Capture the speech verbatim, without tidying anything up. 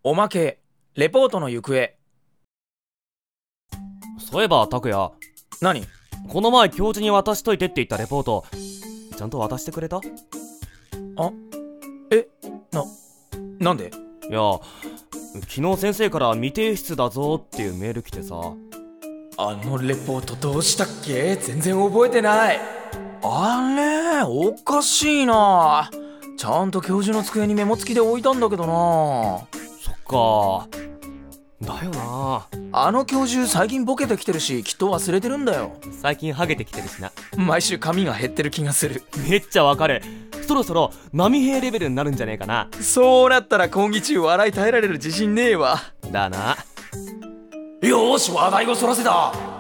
おまけ、レポートの行方。 そういえば拓也、 何？ この前教授に渡しといてって言ったレポートちゃんと渡してくれた？ あ、え、な、なんで？ いや、昨日先生から未提出だぞっていうメール来てさ。 あのレポートどうしたっけ？全然覚えてない。あれ、おかしいな。ちゃんと教授の机にメモ付きで置いたんだけどな。 そっかだよな。 あの教授最近ボケてきてるし、きっと忘れてるんだよ。 最近ハゲてきてるしな。 毎週髪が減ってる気がする。 めっちゃわかる。そろそろ波平レベルになるんじゃねえかな。 そうなったら講義中笑い耐えられる自信ねえわ。 だな。 よーし、話題をそらせた。